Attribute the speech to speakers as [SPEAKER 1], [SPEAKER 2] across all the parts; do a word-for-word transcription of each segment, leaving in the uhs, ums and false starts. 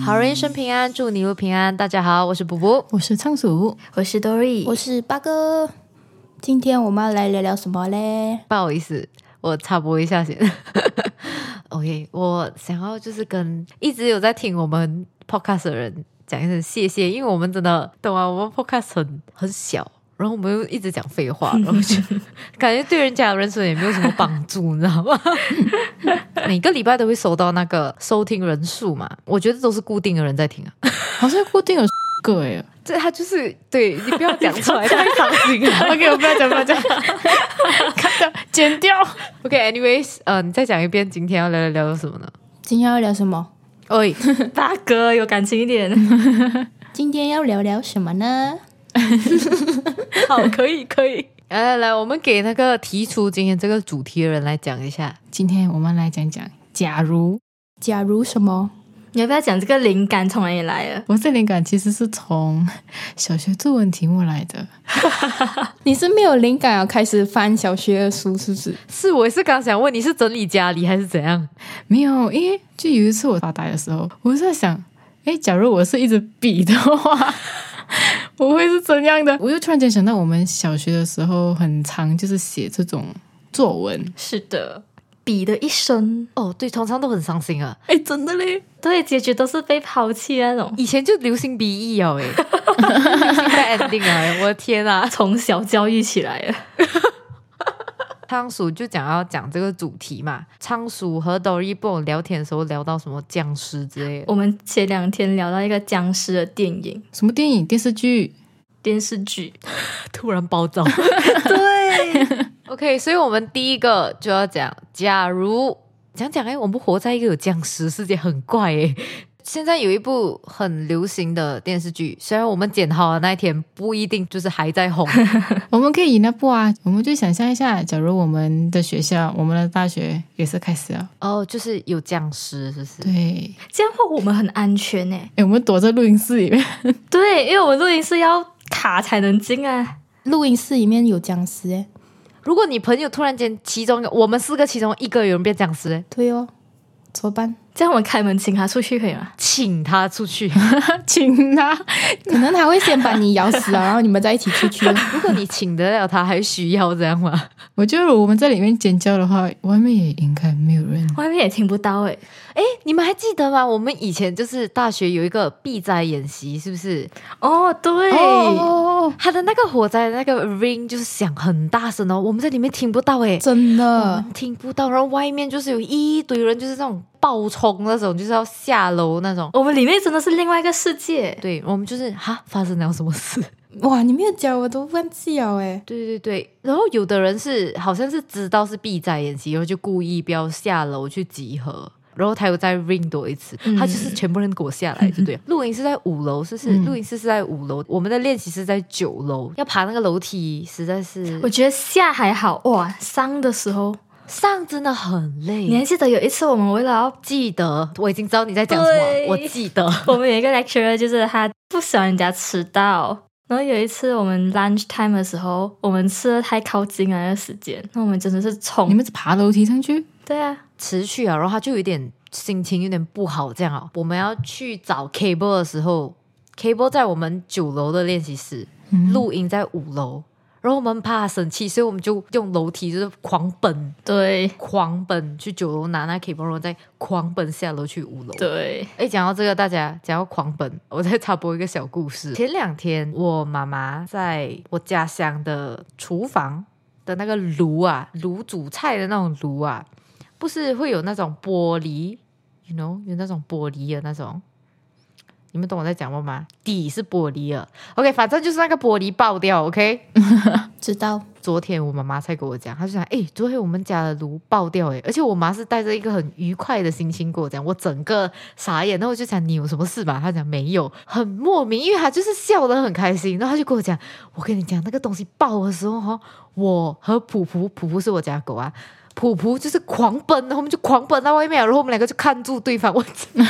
[SPEAKER 1] 好人一生平安，祝你一路平安。大家好，我是卜卜，
[SPEAKER 2] 我是仓鼠，
[SPEAKER 3] 我是 Dory，
[SPEAKER 2] 我是八哥。今天我们要来聊聊什么嘞？
[SPEAKER 1] 不好意思，我插播一下先。OK， 我想要就是跟一直有在听我们 podcast 的人讲一声谢谢，因为我们真的懂啊，我们 podcast 很很小。然后我们又一直讲废话，然后就感觉对人家的人生也没有什么帮助，你知道吗？每个礼拜都会收到那个收听人数嘛，我觉得都是固定的人在听啊，
[SPEAKER 2] 好像固定有个哎，
[SPEAKER 1] 这他就是对你不要讲出来，太伤心了。
[SPEAKER 2] OK， 我不要讲，不要讲，看掉，剪掉。
[SPEAKER 1] OK，anyways，、okay, 呃，你再讲一遍，今天要聊聊聊什么呢？
[SPEAKER 2] 今天要聊什么？
[SPEAKER 1] 喂，
[SPEAKER 3] 八哥有感情一点。
[SPEAKER 2] 今天要聊聊什么呢？
[SPEAKER 1] 好，可以可以，来来来，我们给那个提出今天这个主题的人来讲一下。
[SPEAKER 2] 今天我们来讲讲，假如，假如什么？
[SPEAKER 3] 你要不要讲这个灵感从哪里来的？
[SPEAKER 2] 我这灵感其实是从小学作文题目来的。你是没有灵感啊？开始翻小学的书是不是？
[SPEAKER 1] 是，我也是刚想问你是整理家里还是怎样？
[SPEAKER 2] 没有，因为就有一次我发呆的时候，我在想，诶，假如我是一支笔的话。我会是怎样的？我就突然间想到，我们小学的时候很常就是写这种作文。
[SPEAKER 3] 是的，笔的一生
[SPEAKER 1] 哦，对，通常都很伤心啊。
[SPEAKER 2] 哎，真的嘞，
[SPEAKER 3] 对，结局都是被抛弃那种。
[SPEAKER 1] 以前就流行 B E 哦，哎，流行在 ending 啊，我的天啊，
[SPEAKER 3] 从小教育起来了。
[SPEAKER 1] 仓鼠就讲要讲这个主题嘛，仓鼠和 Dory 跟我聊天的时候聊到什么僵尸之类的。
[SPEAKER 3] 我们前两天聊到一个僵尸的电影，
[SPEAKER 2] 什么电影？电视剧？
[SPEAKER 3] 电视剧。
[SPEAKER 1] 突然暴躁。
[SPEAKER 3] 对。
[SPEAKER 1] OK， 所以我们第一个就要讲，假如讲讲哎，我们活在一个有僵尸世界，很怪哎。现在有一部很流行的电视剧，虽然我们剪好的那一天不一定就是还在红。
[SPEAKER 2] 我们可以以那部啊，我们就想象一下，假如我们的学校，我们的大学也是开始了
[SPEAKER 1] 哦，就是有僵尸，是不是？
[SPEAKER 2] 对，
[SPEAKER 3] 这样的话我们很安全耶。
[SPEAKER 2] 诶，我们躲在录音室里面。
[SPEAKER 3] 对，因为我们录音室要卡才能进啊。
[SPEAKER 2] 录音室里面有僵尸诶。
[SPEAKER 1] 如果你朋友突然间其中一个，我们四个其中一个有人变僵尸，
[SPEAKER 2] 对哦，怎么办？
[SPEAKER 3] 这样我们开门请他出去可以吗？
[SPEAKER 1] 请他出去。
[SPEAKER 2] 请他，可能他会先把你咬死啊，然后你们再一起出去。
[SPEAKER 1] 如果你请得了他，还需要这样吗？
[SPEAKER 2] 我觉得我们在里面尖叫的话，外面也应该没有人，
[SPEAKER 3] 外面也听不到诶。
[SPEAKER 1] 诶，你们还记得吗？我们以前就是大学有一个避灾演习，是不是？
[SPEAKER 3] 哦，对。
[SPEAKER 2] 哦，
[SPEAKER 1] 他的那个火灾的那个 ring 就是响很大声哦，我们在里面听不到诶，
[SPEAKER 2] 真的
[SPEAKER 1] 听不到。然后外面就是有一堆人，就是那种暴冲那种，就是要下楼那种。
[SPEAKER 3] 我们里面真的是另外一个世界。
[SPEAKER 1] 对，我们就是哈发生了什么事？
[SPEAKER 2] 哇，你没有讲我都忘记了诶。
[SPEAKER 1] 对对对，然后有的人是好像是知道是避灾演习，然后就故意不要下楼去集合。然后他又再 ring 多一次，嗯、他就是全部人给我下来，就对了。录音室在五楼，是是，录音室是在五楼，我们的练习是在九楼，要爬那个楼梯，实在是。
[SPEAKER 3] 我觉得下还好，哇，上的时候
[SPEAKER 1] 上真的很累。
[SPEAKER 3] 你还记得有一次我们为了要
[SPEAKER 1] 记得，我已经知道你在讲什么，我记得。
[SPEAKER 3] 我们有一个 lecturer 就是他不喜欢人家迟到。然后有一次我们 lunch time 的时候，我们吃的太靠近了那个时间，那我们真的是冲。
[SPEAKER 2] 你们是爬楼梯上去？
[SPEAKER 3] 对啊，
[SPEAKER 1] 持续啊，然后他就有点心情有点不好，这样啊。我们要去找 cable 的时候 ，cable 在我们九楼的练习室，嗯、录音在五楼。然后我们怕他生气，所以我们就用楼梯就是狂奔，
[SPEAKER 3] 对，
[SPEAKER 1] 狂奔去九楼拿那 cable， 然后再狂奔下楼去五楼。
[SPEAKER 3] 对，
[SPEAKER 1] 哎，讲到这个，大家讲到狂奔，我再插播一个小故事。前两天我妈妈在我家乡的厨房的那个炉啊，炉煮菜的那种炉啊，不是会有那种玻璃 ，you know， 有那种玻璃的那种。你们懂我在讲什么吗？底是玻璃的 ，OK， 反正就是那个玻璃爆掉 ，OK，
[SPEAKER 2] 知道。
[SPEAKER 1] 昨天我妈妈才跟我讲，她就讲，哎、欸，昨天我们家的炉爆掉，哎，而且我妈是带着一个很愉快的心情跟我讲，我整个傻眼，然后我就讲你有什么事吧？她讲没有，很莫名，因为她就是笑得很开心，然后她就跟我讲，我跟你讲那个东西爆的时候哈，我和普普，普普是我家狗啊。普普就是狂奔，然后我们就狂奔到外面，然后我们两个就看住对方。我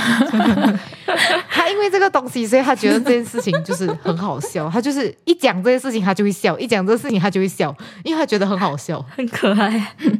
[SPEAKER 1] 他因为这个东西，所以他觉得这件事情就是很好笑。他就是一讲这件事情，他就会笑；一讲这个事情，他就会笑，因为他觉得很好笑，
[SPEAKER 3] 很可爱。
[SPEAKER 1] 因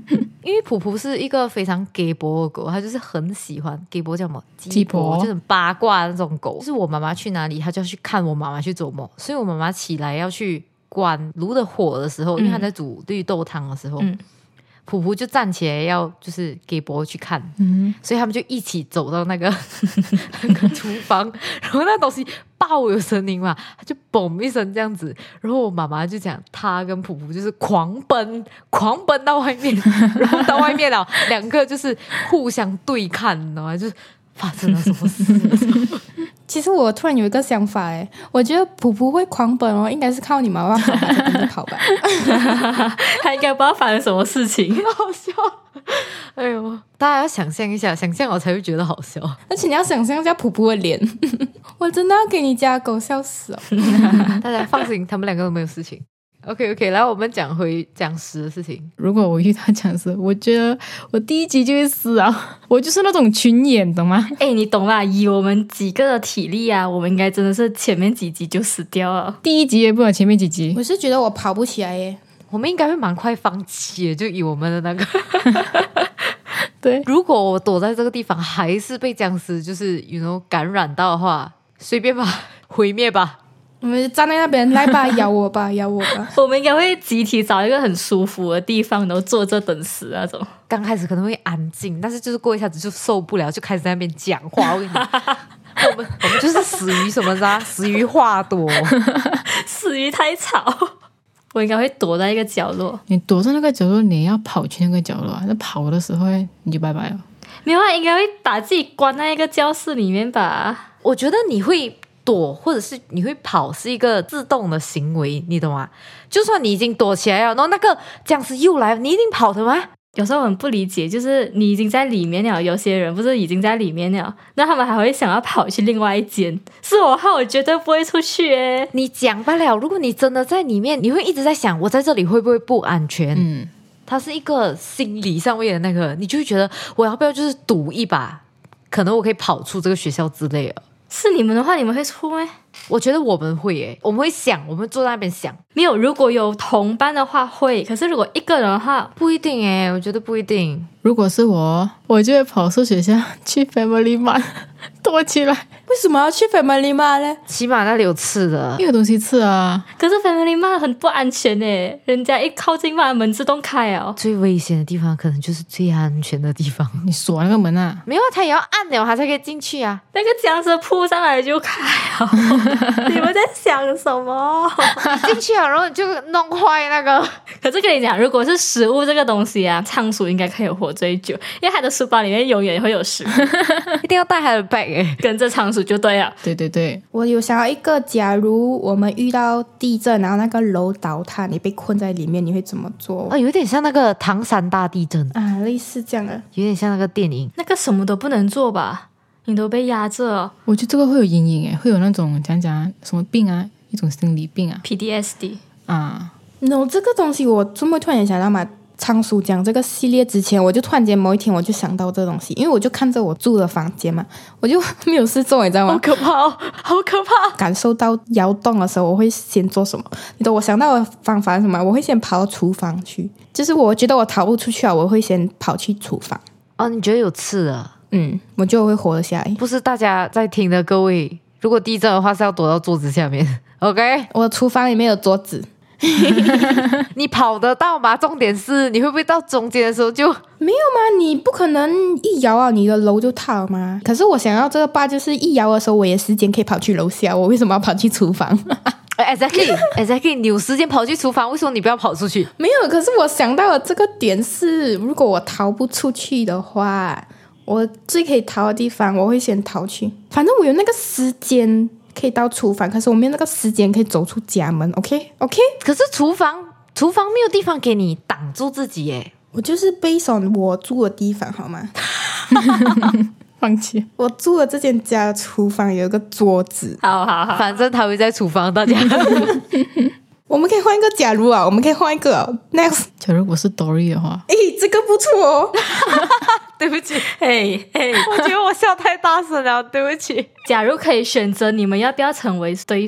[SPEAKER 1] 因为普普是一个非常鸡婆的狗，它就是很喜欢鸡婆叫什么
[SPEAKER 2] 鸡婆
[SPEAKER 1] 就是很八卦的那种狗。就是我妈妈去哪里，它就要去看我妈妈去做梦，所以我妈妈起来要去关炉的火的时候，因为她在煮绿豆汤的时候。嗯普普就站起来要就是给伯去看、嗯、所以他们就一起走到那个那个厨房，然后那东西爆有声音嘛，他就嘣一声这样子，然后我妈妈就讲他跟普普就是狂奔狂奔到外面，然后到外面了两个就是互相对看，你知道吗？就是发生了什么事
[SPEAKER 4] 其实我突然有一个想法哎，我觉得普普会狂奔哦，应该是靠你妈妈跑吧，就跟着跑吧。
[SPEAKER 3] 他应该不知道发生什么事情，
[SPEAKER 1] 很好笑。哎呦，大家要想象一下，想象我才会觉得好笑。
[SPEAKER 4] 而且你要想象一下普普的脸，我真的要给你家狗笑死哦。
[SPEAKER 1] 大家放心，他们两个都没有事情。OK OK， 来我们讲回僵尸的事情。
[SPEAKER 2] 如果我遇到僵尸，我觉得我第一集就会死啊！我就是那种群演，懂吗？
[SPEAKER 3] 哎，你懂吧？以我们几个的体力啊，我们应该真的是前面几集就死掉了。
[SPEAKER 2] 第一集也不知道前面几集。
[SPEAKER 4] 我是觉得我跑不起来耶，
[SPEAKER 1] 我们应该会蛮快放弃的，就以我们的那个。
[SPEAKER 2] 对，
[SPEAKER 1] 如果我躲在这个地方还是被僵尸就是 you know 感染到的话，随便吧，毁灭吧。
[SPEAKER 4] 我们就站在那边，来吧，咬我吧，咬我吧。
[SPEAKER 3] 我们应该会集体找一个很舒服的地方，然后坐着等死那种。
[SPEAKER 1] 刚开始可能会安静，但是就是过一下子就受不了，就开始在那边讲话。我跟你我们我们就是死于什么啥？死于话多，
[SPEAKER 3] 死于太吵。我应该会躲在一个角落。
[SPEAKER 2] 你躲在那个角落，你要跑去那个角落啊！那跑的时候你就拜拜了。
[SPEAKER 3] 没有啊，应该会把自己关在一个教室里面吧？
[SPEAKER 1] 我觉得你会躲或者是你会跑是一个自动的行为，你懂吗？就算你已经躲起来了，然后那个僵尸又来，你一定跑的吗？
[SPEAKER 3] 有时候我很不理解，就是你已经在里面了，有些人不是已经在里面了，那他们还会想要跑去另外一间。是我害我绝对不会出去耶。
[SPEAKER 1] 你讲不了，如果你真的在里面，你会一直在想我在这里会不会不安全。嗯，它是一个心理上面的那个，你就会觉得我要不要就是赌一把，可能我可以跑出这个学校之类的。
[SPEAKER 3] 是你们的话，你们会出吗？
[SPEAKER 1] 我觉得我们会耶，我们会想，我们坐在那边想。
[SPEAKER 3] 没有，如果有同伴的话会，可是如果一个人的话
[SPEAKER 1] 不一定耶，我觉得不一定。
[SPEAKER 2] 如果是我，我就会跑出学校去 Family Mart 躲起来。
[SPEAKER 4] 为什么要去 Family Mart 呢？
[SPEAKER 1] 起码那里有吃的，
[SPEAKER 2] 有东西吃啊。
[SPEAKER 3] 可是 Family Mart 很不安全耶，人家一靠近把门自动开哦。
[SPEAKER 1] 最危险的地方可能就是最安全的地方。
[SPEAKER 2] 你锁那个门啊？
[SPEAKER 1] 没有，他也要按了，他才可以进去啊。
[SPEAKER 3] 那个僵尸扑上来就开了。你们在想什么？
[SPEAKER 1] 进去了，然后你就弄坏那个。
[SPEAKER 3] 可是跟你讲，如果是食物这个东西啊，仓鼠应该可以活最久，因为它的书包里面永远会有食物。
[SPEAKER 1] 一定要带他的 bag 耶，
[SPEAKER 3] 跟着仓鼠就对了。
[SPEAKER 2] 对对对，
[SPEAKER 4] 我有想要一个，假如我们遇到地震，然后那个楼倒塌，你被困在里面，你会怎么做？
[SPEAKER 1] 哦，有点像那个唐山大地震
[SPEAKER 4] 啊，类似这样的，
[SPEAKER 1] 有点像那个电影。
[SPEAKER 3] 那个什么都不能做吧？你都被压着了。
[SPEAKER 2] 我觉得这个会有阴影诶，会有那种讲讲什么病啊，一种心理病啊
[SPEAKER 3] ，P T S D
[SPEAKER 2] 啊。
[SPEAKER 4] no 这个东西我这么突然想到嘛，仓鼠讲这个系列之前，我就突然间某一天我就想到这东西，因为我就看着我住的房间嘛，我就没有事做，你知道吗？
[SPEAKER 1] 好可怕哦，好可怕！
[SPEAKER 4] 感受到摇动的时候，我会先做什么？你懂我想到的方法是什么？我会先跑到厨房去，就是我觉得我逃不出去啊，我会先跑去厨房。
[SPEAKER 1] 哦，你觉得有刺的？
[SPEAKER 4] 嗯，我就会活得下来。
[SPEAKER 1] 不是大家在听的各位，如果地震的话是要躲到桌子下面 ，OK？
[SPEAKER 4] 我的厨房里面有桌子。
[SPEAKER 1] 你跑得到吗？重点是你会不会到中间的时候就
[SPEAKER 4] 没有吗？你不可能一摇啊，你的楼就塌了吗？可是我想要这个吧，就是一摇的时候，我有时间可以跑去楼下，我为什么要跑去厨房
[SPEAKER 1] ？Exactly, exactly， 你有时间跑去厨房，为什么你不要跑出去？
[SPEAKER 4] 没有，可是我想到的这个点是，如果我逃不出去的话，我最可以逃的地方，我会先逃去。反正我有那个时间可以到厨房，可是我没有那个时间可以走出家门。OK OK，
[SPEAKER 1] 可是厨房厨房没有地方给你挡住自己耶。
[SPEAKER 4] 我就是based on我住的地方，好吗？
[SPEAKER 2] 放弃。
[SPEAKER 4] 我住的这间家的厨房有一个桌子。
[SPEAKER 3] 好好好，
[SPEAKER 1] 反正他会在厨房，大家。
[SPEAKER 4] 我们可以换一个假如啊，我们可以换一个、哦、next。
[SPEAKER 2] 假如我是 Dory 的话，
[SPEAKER 4] 诶，这个不错哦。
[SPEAKER 1] 对不起，
[SPEAKER 3] 嘿嘿，
[SPEAKER 1] 我觉得我笑太大声了，对不起。
[SPEAKER 3] 假如可以选择，你们要不要成为对方？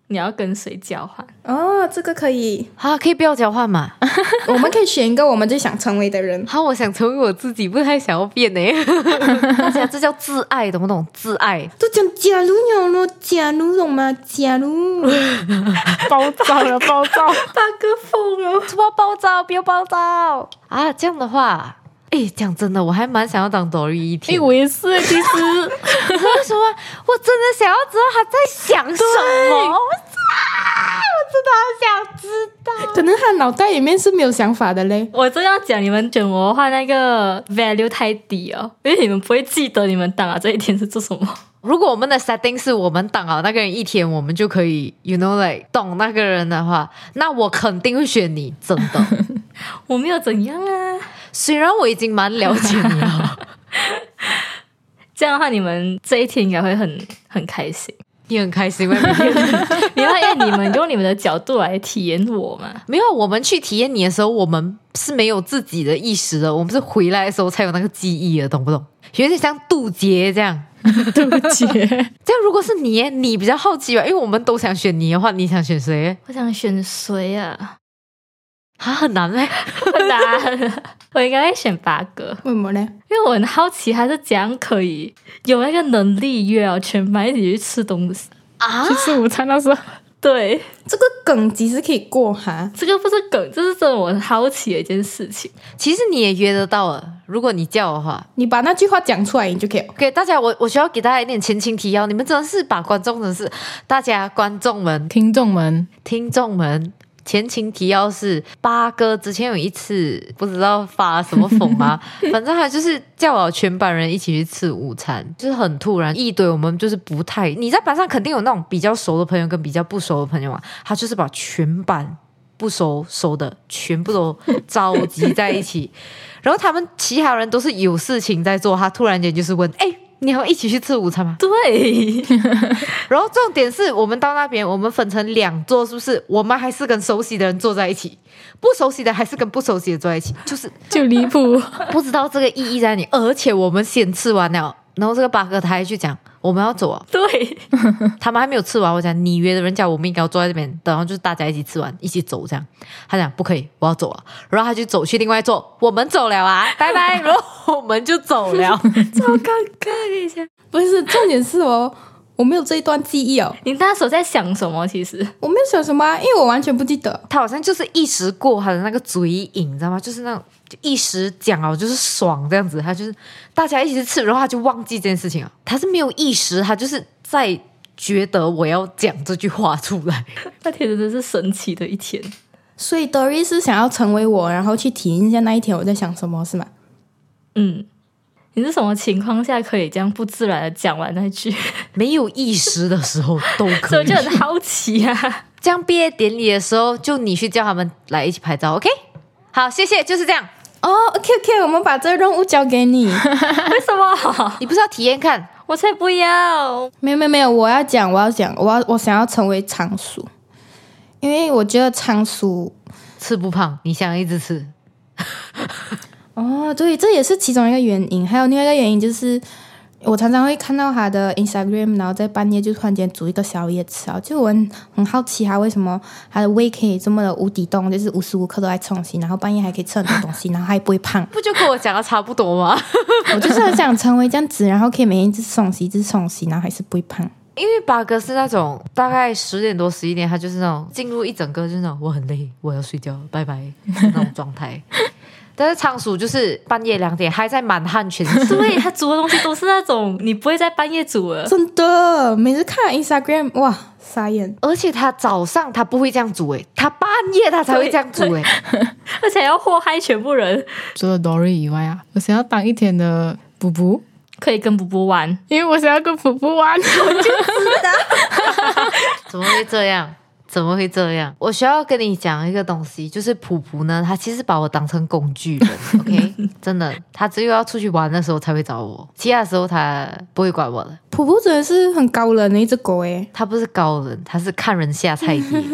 [SPEAKER 3] 你要跟谁交换？
[SPEAKER 4] 哦，这个可以，
[SPEAKER 1] 啊，可以不要交换嘛？
[SPEAKER 4] 我们可以选一个我们最想成为的人。
[SPEAKER 1] 好，我想成为我自己，不太想要变呢。大家这叫自爱，懂不懂？自爱。
[SPEAKER 4] 都讲假如有了，假如懂吗？假如
[SPEAKER 2] 暴躁了，暴躁。
[SPEAKER 3] 大哥疯了！
[SPEAKER 1] 什么暴躁？不要暴躁啊！这样的话，哎，讲真的，我还蛮想要当 Dory 一天。
[SPEAKER 2] 哎，我也是，其实
[SPEAKER 1] 你知道为什么？我真的想要知道他在想什么。我我真的好想知道。
[SPEAKER 4] 可能他脑袋里面是没有想法的嘞。
[SPEAKER 3] 我真要讲，你们选我的话，那个 value 太低哦，因为你们不会记得你们当啊这一天是做什么。
[SPEAKER 1] 如果我们的 setting 是我们当好那个人一天，我们就可以 you know like 懂那个人的话，那我肯定会选你，真的。
[SPEAKER 3] 我没有怎样啊，
[SPEAKER 1] 虽然我已经蛮了解你了。
[SPEAKER 3] 这样的话，你们这一天应该会很很开心。
[SPEAKER 1] 你很开心吗？每天
[SPEAKER 3] 因为因为你们用你们的角度来体验我嘛。
[SPEAKER 1] 没有，我们去体验你的时候，我们是没有自己的意识的，我们是回来的时候才有那个记忆的，懂不懂？有点像渡劫这样。
[SPEAKER 2] 对不起。
[SPEAKER 1] 这样如果是你，你比较好奇吧？因为我们都想选你的话，你想选谁？
[SPEAKER 3] 我想选谁啊？
[SPEAKER 1] 啊，很难嘞，
[SPEAKER 3] 很难。我应该会选八哥，
[SPEAKER 4] 为什么呢？
[SPEAKER 3] 因为我很好奇他是怎样可以有那个能力约啊全班一起去吃东西
[SPEAKER 1] 啊！
[SPEAKER 2] 去吃午餐那时候，
[SPEAKER 3] 对，
[SPEAKER 4] 这个梗其实可以过哈。
[SPEAKER 3] 这个不是梗，这是真的我很好奇的一件事情。
[SPEAKER 1] 其实你也约得到了，如果你叫的话。
[SPEAKER 4] 你把那句话讲出来，你就可以。
[SPEAKER 1] OK， 大家，我我需要给大家一点前情提要，你们真的是把观众真的是大家观众们、
[SPEAKER 2] 听众们、
[SPEAKER 1] 听众们。前情提要是八哥之前有一次不知道发什么疯吗？反正他就是叫我全班人一起去吃午餐，就是很突然，一堆我们就是不太，你在班上肯定有那种比较熟的朋友跟比较不熟的朋友嘛，他就是把全班不熟熟的全部都召集在一起，然后他们其他人都是有事情在做，他突然间就是问，哎。你要一起去吃午餐吗？
[SPEAKER 3] 对。
[SPEAKER 1] 然后重点是我们到那边，我们分成两桌，是不是？我们还是跟熟悉的人坐在一起，不熟悉的还是跟不熟悉的坐在一起，就是
[SPEAKER 2] 就离谱。
[SPEAKER 1] 不知道这个意义在哪里。而且我们先吃完了，然后这个八哥他还去讲我们要走啊。
[SPEAKER 3] 对。
[SPEAKER 1] 他们还没有吃完，我讲你约的人家我们应该要坐在这边，然后就是大家一起吃完一起走这样。他讲不可以，我要走了，然后他就走去另外一桌，我们走了啊，拜拜，然后我们就走了。
[SPEAKER 3] 超尴尬一下。
[SPEAKER 4] 不是，重点是哦，我没有这一段记忆哦。
[SPEAKER 3] 你那时候在想什么？其实
[SPEAKER 4] 我没有想什么啊，因为我完全不记得。
[SPEAKER 1] 他好像就是一时过他的那个嘴瘾，你知道吗？就是那种就一时讲哦，就是爽这样子。他就是大家一起吃，然后他就忘记这件事情了。他是没有意识，他就是在觉得我要讲这句话出来。
[SPEAKER 3] 那天真的是神奇的一天。
[SPEAKER 4] 所以 Dory 是想要成为我，然后去体验一下那一天我在想什么，是吗？
[SPEAKER 3] 嗯。你是什么情况下可以这样不自然的讲完那句？
[SPEAKER 1] 没有意识的时候都可以。
[SPEAKER 3] 所以我就很好奇啊。
[SPEAKER 1] 这样毕业典礼的时候，就你去叫他们来一起拍照 ，OK？ 好，谢谢，就是这样。
[SPEAKER 4] 哦 ，OK OK， 我们把这个任务交给你。
[SPEAKER 3] 为什么？
[SPEAKER 1] 你不是要体验看？
[SPEAKER 3] 我才不要！
[SPEAKER 4] 没有没有没有，我要讲，我要讲，我要我想要成为仓鼠，因为我觉得仓鼠
[SPEAKER 1] 吃不胖，你想一直吃。
[SPEAKER 4] 哦，对，这也是其中一个原因。还有另外一个原因就是，我常常会看到他的 Instagram， 然后在半夜就突然间煮一个宵夜吃啊，就我很很好奇他为什么他的胃可以这么的无底洞，就是无时无刻都在吃东西，然后半夜还可以吃很多东西，然后还不会胖。
[SPEAKER 1] 不就跟我讲的差不多吗？
[SPEAKER 4] 我就是很想成为这样子，然后可以每天一直吃东西，一直吃东西，然后还是不会胖。
[SPEAKER 1] 因为八哥是那种大概十点多十一点，他就是那种进入一整个就是那种我很累，我要睡觉，拜拜那种状态。但是仓鼠就是半夜两点还在满汉全席，
[SPEAKER 3] 对，他煮的东西都是那种你不会在半夜煮的，
[SPEAKER 4] 真的，每次看 Instagram， 哇，傻眼！
[SPEAKER 1] 而且他早上他不会这样煮诶，他半夜他才会这样煮诶，
[SPEAKER 3] 而且要祸害全部人。
[SPEAKER 2] 除了 Dory 以外啊，我想要当一天的布布，
[SPEAKER 3] 可以跟布布玩，
[SPEAKER 2] 因为我想要跟布布玩。我就知道，
[SPEAKER 1] 怎么会这样？怎么会这样？我需要跟你讲一个东西，就是普普呢，他其实把我当成工具人，OK？ 真的，他只有要出去玩的时候才会找我，其他时候他不会管我的。
[SPEAKER 4] 普普真的是很高冷的一只狗诶，
[SPEAKER 1] 他不是高人，他是看人下菜碟。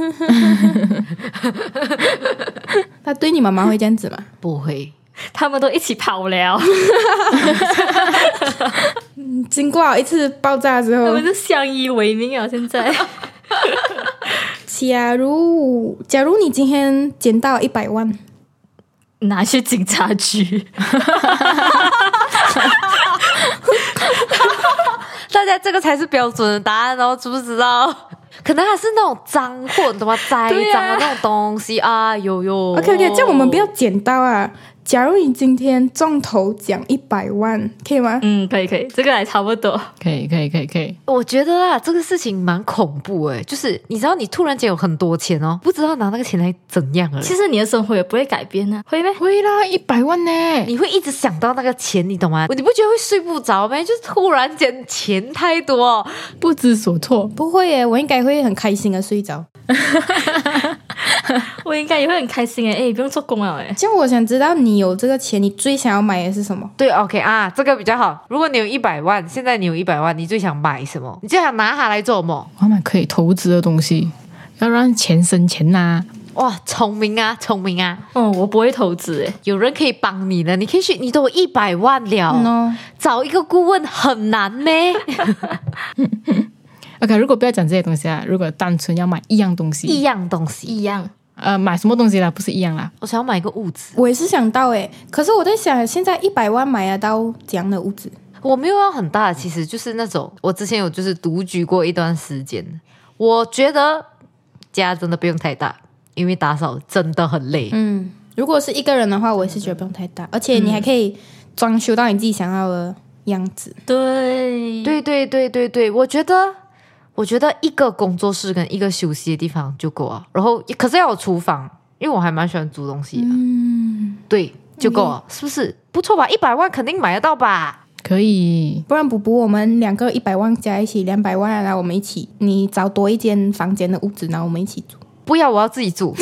[SPEAKER 4] 他对你妈妈会这样子吗？
[SPEAKER 1] 不会，
[SPEAKER 3] 他们都一起跑了。
[SPEAKER 4] 经过一次爆炸之后，
[SPEAKER 3] 他们就相依为命啊！现在
[SPEAKER 4] 假如假如你今天捡到一百万，
[SPEAKER 3] 拿去警察局。
[SPEAKER 1] 大家这个才是标准的答案哦，知不知道？可能还是那种脏货，你懂吗？栽赃的那种东西啊，有有。
[SPEAKER 4] OK OK， 这样我们不要捡到啊。假如你今天中头奖一百万，可以吗？
[SPEAKER 3] 嗯，可以可以，这个还差不多。
[SPEAKER 2] 可以可以可以可以。
[SPEAKER 1] 我觉得啦，这个事情蛮恐怖诶，就是你知道，你突然间有很多钱哦，不知道拿那个钱来怎样了。
[SPEAKER 3] 其实你的生活也不会改变啊，会咩？
[SPEAKER 2] 会啦，一百万呢，
[SPEAKER 1] 你会一直想到那个钱，你懂吗？你不觉得会睡不着吗？就是突然间钱太多，
[SPEAKER 2] 不知所措。
[SPEAKER 4] 不会耶，我应该会很开心的睡着。
[SPEAKER 3] 我应该也会很开心诶，哎，不用做工了诶。
[SPEAKER 4] 这样我想知道你有这个钱，你最想要买的是什么？
[SPEAKER 1] 对 ，OK 啊，这个比较好。如果你有一百万，现在你有一百万，你最想买什么？你最想拿它来做什么？
[SPEAKER 2] 我要买可以投资的东西，要让钱生钱呐、啊。
[SPEAKER 1] 哇，聪明啊，聪明啊！
[SPEAKER 3] 哦，我不会投资诶，
[SPEAKER 1] 有人可以帮你的，你可以去，你都有一百万了，
[SPEAKER 4] 嗯、
[SPEAKER 1] 找一个顾问很难咩？
[SPEAKER 2] OK， 如果不要讲这些东西啊，如果单纯要买一样东西，
[SPEAKER 1] 一样东西，
[SPEAKER 3] 一样。
[SPEAKER 2] 呃，买什么东西啦？不是一样啦。
[SPEAKER 1] 我想要买一个屋子，
[SPEAKER 4] 我也是想到诶，可是我在想，现在一百万买得到这样的屋子？
[SPEAKER 1] 我没有要很大，其实就是那种我之前有就是独居过一段时间，我觉得家真的不用太大，因为打扫真的很累。
[SPEAKER 4] 嗯，如果是一个人的话，我也是觉得不用太大，而且你还可以装修到你自己想要的样子。
[SPEAKER 3] 对
[SPEAKER 1] 对对对对对，我觉得。我觉得一个工作室跟一个休息的地方就够了，然后可是要有厨房，因为我还蛮喜欢煮东西的。嗯，对，就够了，是不是？不错吧？一百万肯定买得到吧？
[SPEAKER 2] 可以，
[SPEAKER 4] 不然补补我们两个一百万加一起两百万，然后我们一起，你找多一间房间的屋子，然后我们一起住。
[SPEAKER 1] 不要，我要自己住。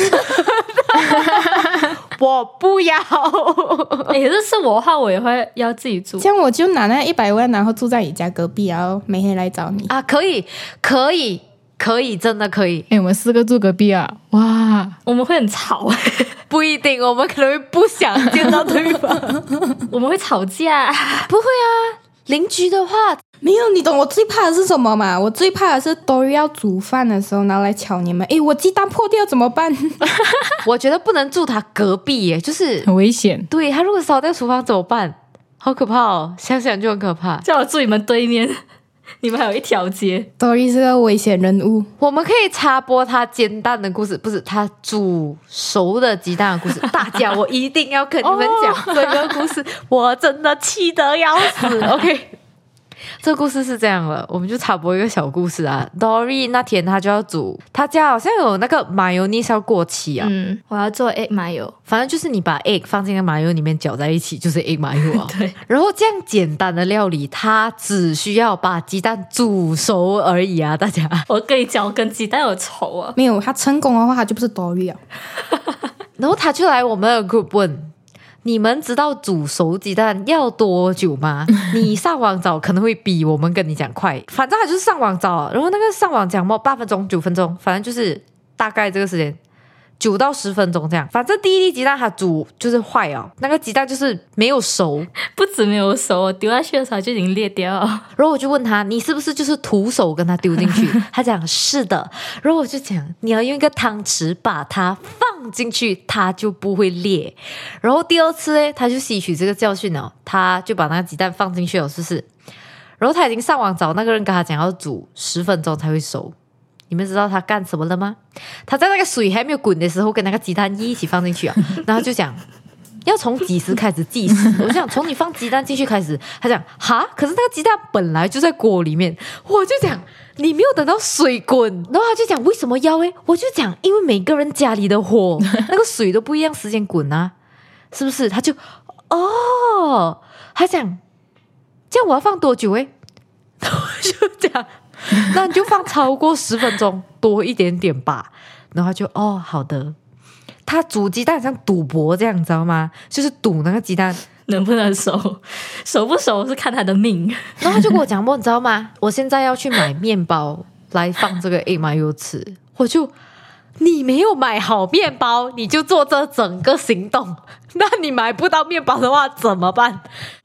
[SPEAKER 1] 我不要。
[SPEAKER 3] 哎，这是我的话，我也会要自己住。
[SPEAKER 4] 这样我就拿那一百万，然后住在你家隔壁，然后每天来找你
[SPEAKER 1] 啊！可以，可以，可以，真的可以。
[SPEAKER 2] 哎，我们四个住隔壁啊！哇，
[SPEAKER 3] 我们会很吵。
[SPEAKER 1] 不一定，我们可能会不想见到对方。
[SPEAKER 3] 我们会吵架。
[SPEAKER 1] 不会啊，邻居的话。
[SPEAKER 4] 没有，你懂我最怕的是什么吗？我最怕的是Dory要煮饭的时候，然后来敲你们。诶，我鸡蛋破掉怎么办？
[SPEAKER 1] 我觉得不能住他隔壁耶，就是
[SPEAKER 2] 很危险。
[SPEAKER 1] 对，他如果烧掉厨房怎么办？好可怕哦，想想就很可怕。
[SPEAKER 3] 叫我住你们对面，你们还有一条街。
[SPEAKER 4] Dory 是个危险人物。
[SPEAKER 1] 我们可以插播他煎蛋的故事，不是他煮熟的鸡蛋的故事。大家，我一定要跟你们讲这个故事，我真的气得要死。OK。这个故事是这样的，我们就插播一个小故事啊。Dory 那天他就要煮，他家好像有那个麻油腻是要过期啊。
[SPEAKER 3] 嗯，我要做 egg mayo，
[SPEAKER 1] 反正就是你把 egg 放进那麻油里面搅在一起，就是 egg mayo 啊。
[SPEAKER 3] 对。
[SPEAKER 1] 然后这样简单的料理，它只需要把鸡蛋煮熟而已啊，大家。
[SPEAKER 3] 我跟你讲，我跟鸡蛋有仇啊。
[SPEAKER 4] 没有，他成功的话，他就不是 Dory 啊。
[SPEAKER 1] 然后他就来我们的 group 问。你们知道煮熟鸡蛋要多久吗？你上网找可能会比我们跟你讲快，反正他就是上网找，然后那个上网讲么八分钟、九分钟，反正就是大概这个时间，九到十分钟这样。反正第一粒鸡蛋它煮就是坏哦，那个鸡蛋就是没有熟，
[SPEAKER 3] 不止没有熟，我丢下去的时候就已经裂掉了。
[SPEAKER 1] 然后我就问他，你是不是就是徒手跟他丢进去？他讲是的。然后我就讲，你要用一个汤匙把它放进去，它就不会裂。然后第二次呢，他就吸取这个教训了，他就把那个鸡蛋放进去了，是不是？然后他已经上网找那个人跟他讲要煮十分钟才会熟。你们知道他干什么了吗？他在那个水还没有滚的时候，跟那个鸡蛋一起放进去啊，然后就讲要从几时开始计时。我就讲从你放鸡蛋进去开始。他讲哈，可是那个鸡蛋本来就在锅里面。我就讲你没有等到水滚。然后他就讲为什么要诶？我就讲因为每个人家里的火那个水都不一样时间滚啊，是不是？他就哦，他讲这样我要放多久诶？我就讲那你就放超过十分钟多一点点吧。然后他就哦好的。他煮鸡蛋像赌博这样，你知道吗？就是赌那个鸡蛋
[SPEAKER 3] 能不能熟，熟不熟是看他的命。
[SPEAKER 1] 然后他就跟我讲，你知道吗？我现在要去买面包来放这个 egg mayo吃。我就你没有买好面包，你就做这整个行动，那你买不到面包的话怎么办？
[SPEAKER 3] 可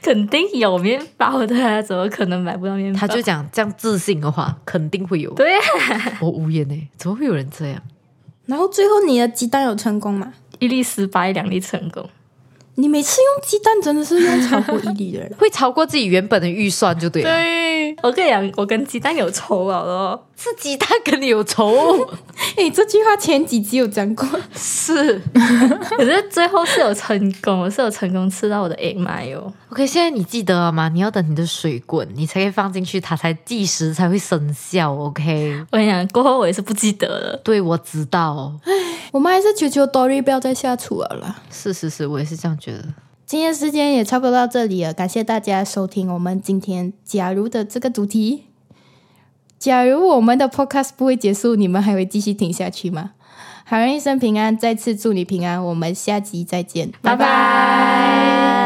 [SPEAKER 3] 肯定有面包的啊，怎么可能买不到面包？
[SPEAKER 1] 他就讲这样自信的话，肯定会有。
[SPEAKER 3] 对啊，
[SPEAKER 1] 我无言哎，怎么会有人这样？
[SPEAKER 4] 然后最后你的鸡蛋有成功吗？
[SPEAKER 3] 一粒失败，两粒成功。
[SPEAKER 4] 你每次用鸡蛋真的是用超过一粒的人。
[SPEAKER 1] 会超过自己原本的预算就对了。
[SPEAKER 2] 对，
[SPEAKER 3] 我跟你讲，我跟鸡蛋有仇了咯。
[SPEAKER 1] 是鸡蛋跟你有仇。
[SPEAKER 4] 诶，这句话前几集有讲过。
[SPEAKER 1] 是。
[SPEAKER 3] 可是最后是有成功，我是有成功吃到我的 egg mayo。
[SPEAKER 1] OK， 现在你记得了吗？你要等你的水滚，你才可以放进去，它才计时才会生效。 OK，
[SPEAKER 3] 我跟你讲，过后我也是不记得了。
[SPEAKER 1] 对，我知道。
[SPEAKER 4] 我们还是求求 Dory 不要再下厨了啦。
[SPEAKER 1] 是是是，我也是这样觉得。
[SPEAKER 4] 今天时间也差不多到这里了，感谢大家收听我们今天假如的这个主题。假如我们的 podcast 不会结束，你们还会继续听下去吗？好人一生平安，再次祝你平安，我们下集再见，
[SPEAKER 3] 拜拜。